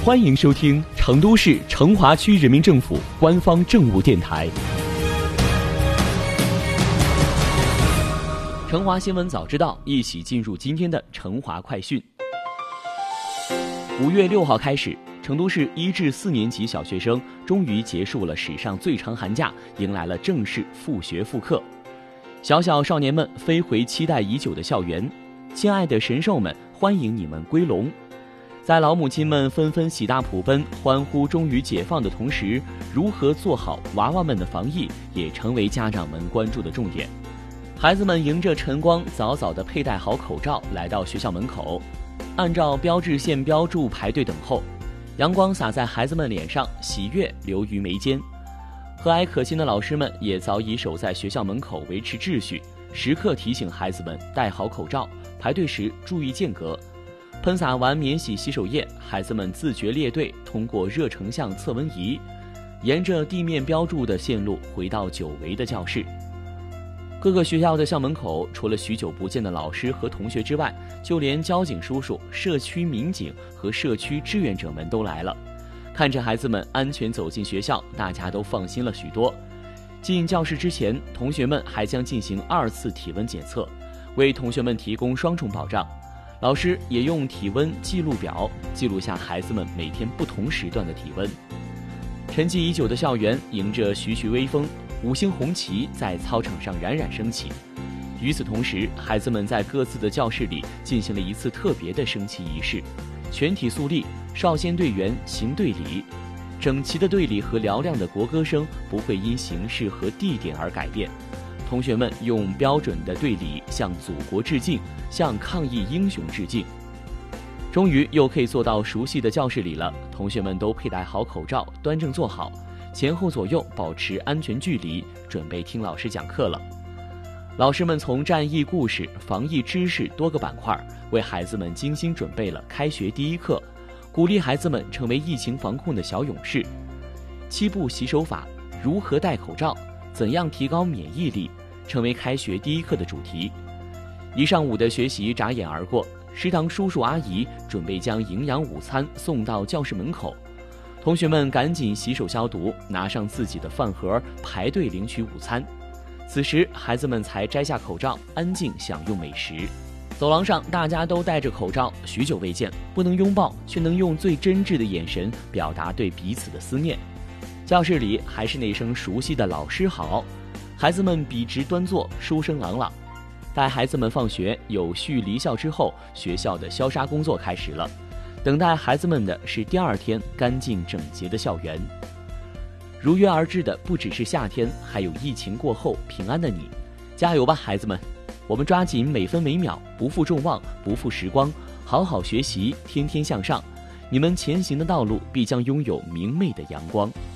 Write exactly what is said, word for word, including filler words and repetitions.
欢迎收听成都市成华区人民政府官方政务电台成华新闻早知道，一起进入今天的成华快讯。五月六号开始，成都市一至四年级小学生终于结束了史上最长寒假，迎来了正式复学复课。小小少年们飞回期待已久的校园，亲爱的神兽们，欢迎你们归笼。在老母亲们纷纷喜大普奔、欢呼终于解放的同时，如何做好娃娃们的防疫，也成为家长们关注的重点。孩子们迎着晨光，早早地佩戴好口罩，来到学校门口，按照标志线标注排队等候。阳光洒在孩子们脸上，喜悦流于眉间。和蔼可亲的老师们也早已守在学校门口维持秩序，时刻提醒孩子们戴好口罩，排队时注意间隔。喷洒完免洗洗手液，孩子们自觉列队，通过热成像测温仪，沿着地面标注的线路回到久违的教室。各个学校的校门口，除了许久不见的老师和同学之外，就连交警叔叔、社区民警和社区志愿者们都来了。看着孩子们安全走进学校，大家都放心了许多。进教室之前，同学们还将进行二次体温检测，为同学们提供双重保障。老师也用体温记录表记录下孩子们每天不同时段的体温。沉寂已久的校园迎着徐徐微风，五星红旗在操场上冉冉升起。与此同时，孩子们在各自的教室里进行了一次特别的升旗仪式，全体肃立，少先队员行队礼。整齐的队礼和嘹亮的国歌声不会因形式和地点而改变。同学们用标准的队礼向祖国致敬，向抗疫英雄致敬。终于又可以坐到熟悉的教室里了，同学们都佩戴好口罩，端正坐好，前后左右保持安全距离，准备听老师讲课了。老师们从战役故事、防疫知识多个板块，为孩子们精心准备了开学第一课，鼓励孩子们成为疫情防控的小勇士。七步洗手法，如何戴口罩，怎样提高免疫力，成为开学第一课的主题。一上午的学习眨眼而过，食堂叔叔阿姨准备将营养午餐送到教室门口，同学们赶紧洗手消毒，拿上自己的饭盒，排队领取午餐。此时孩子们才摘下口罩，安静享用美食。走廊上大家都戴着口罩，许久未见，不能拥抱，却能用最真挚的眼神表达对彼此的思念。教室里还是那声熟悉的老师好，孩子们笔直端坐，书声朗朗。待孩子们放学有序离校之后，学校的消杀工作开始了。等待孩子们的是第二天干净整洁的校园。如约而至的不只是夏天，还有疫情过后平安的你。加油吧，孩子们！我们抓紧每分每秒，不负众望，不负时光，好好学习，天天向上。你们前行的道路必将拥有明媚的阳光。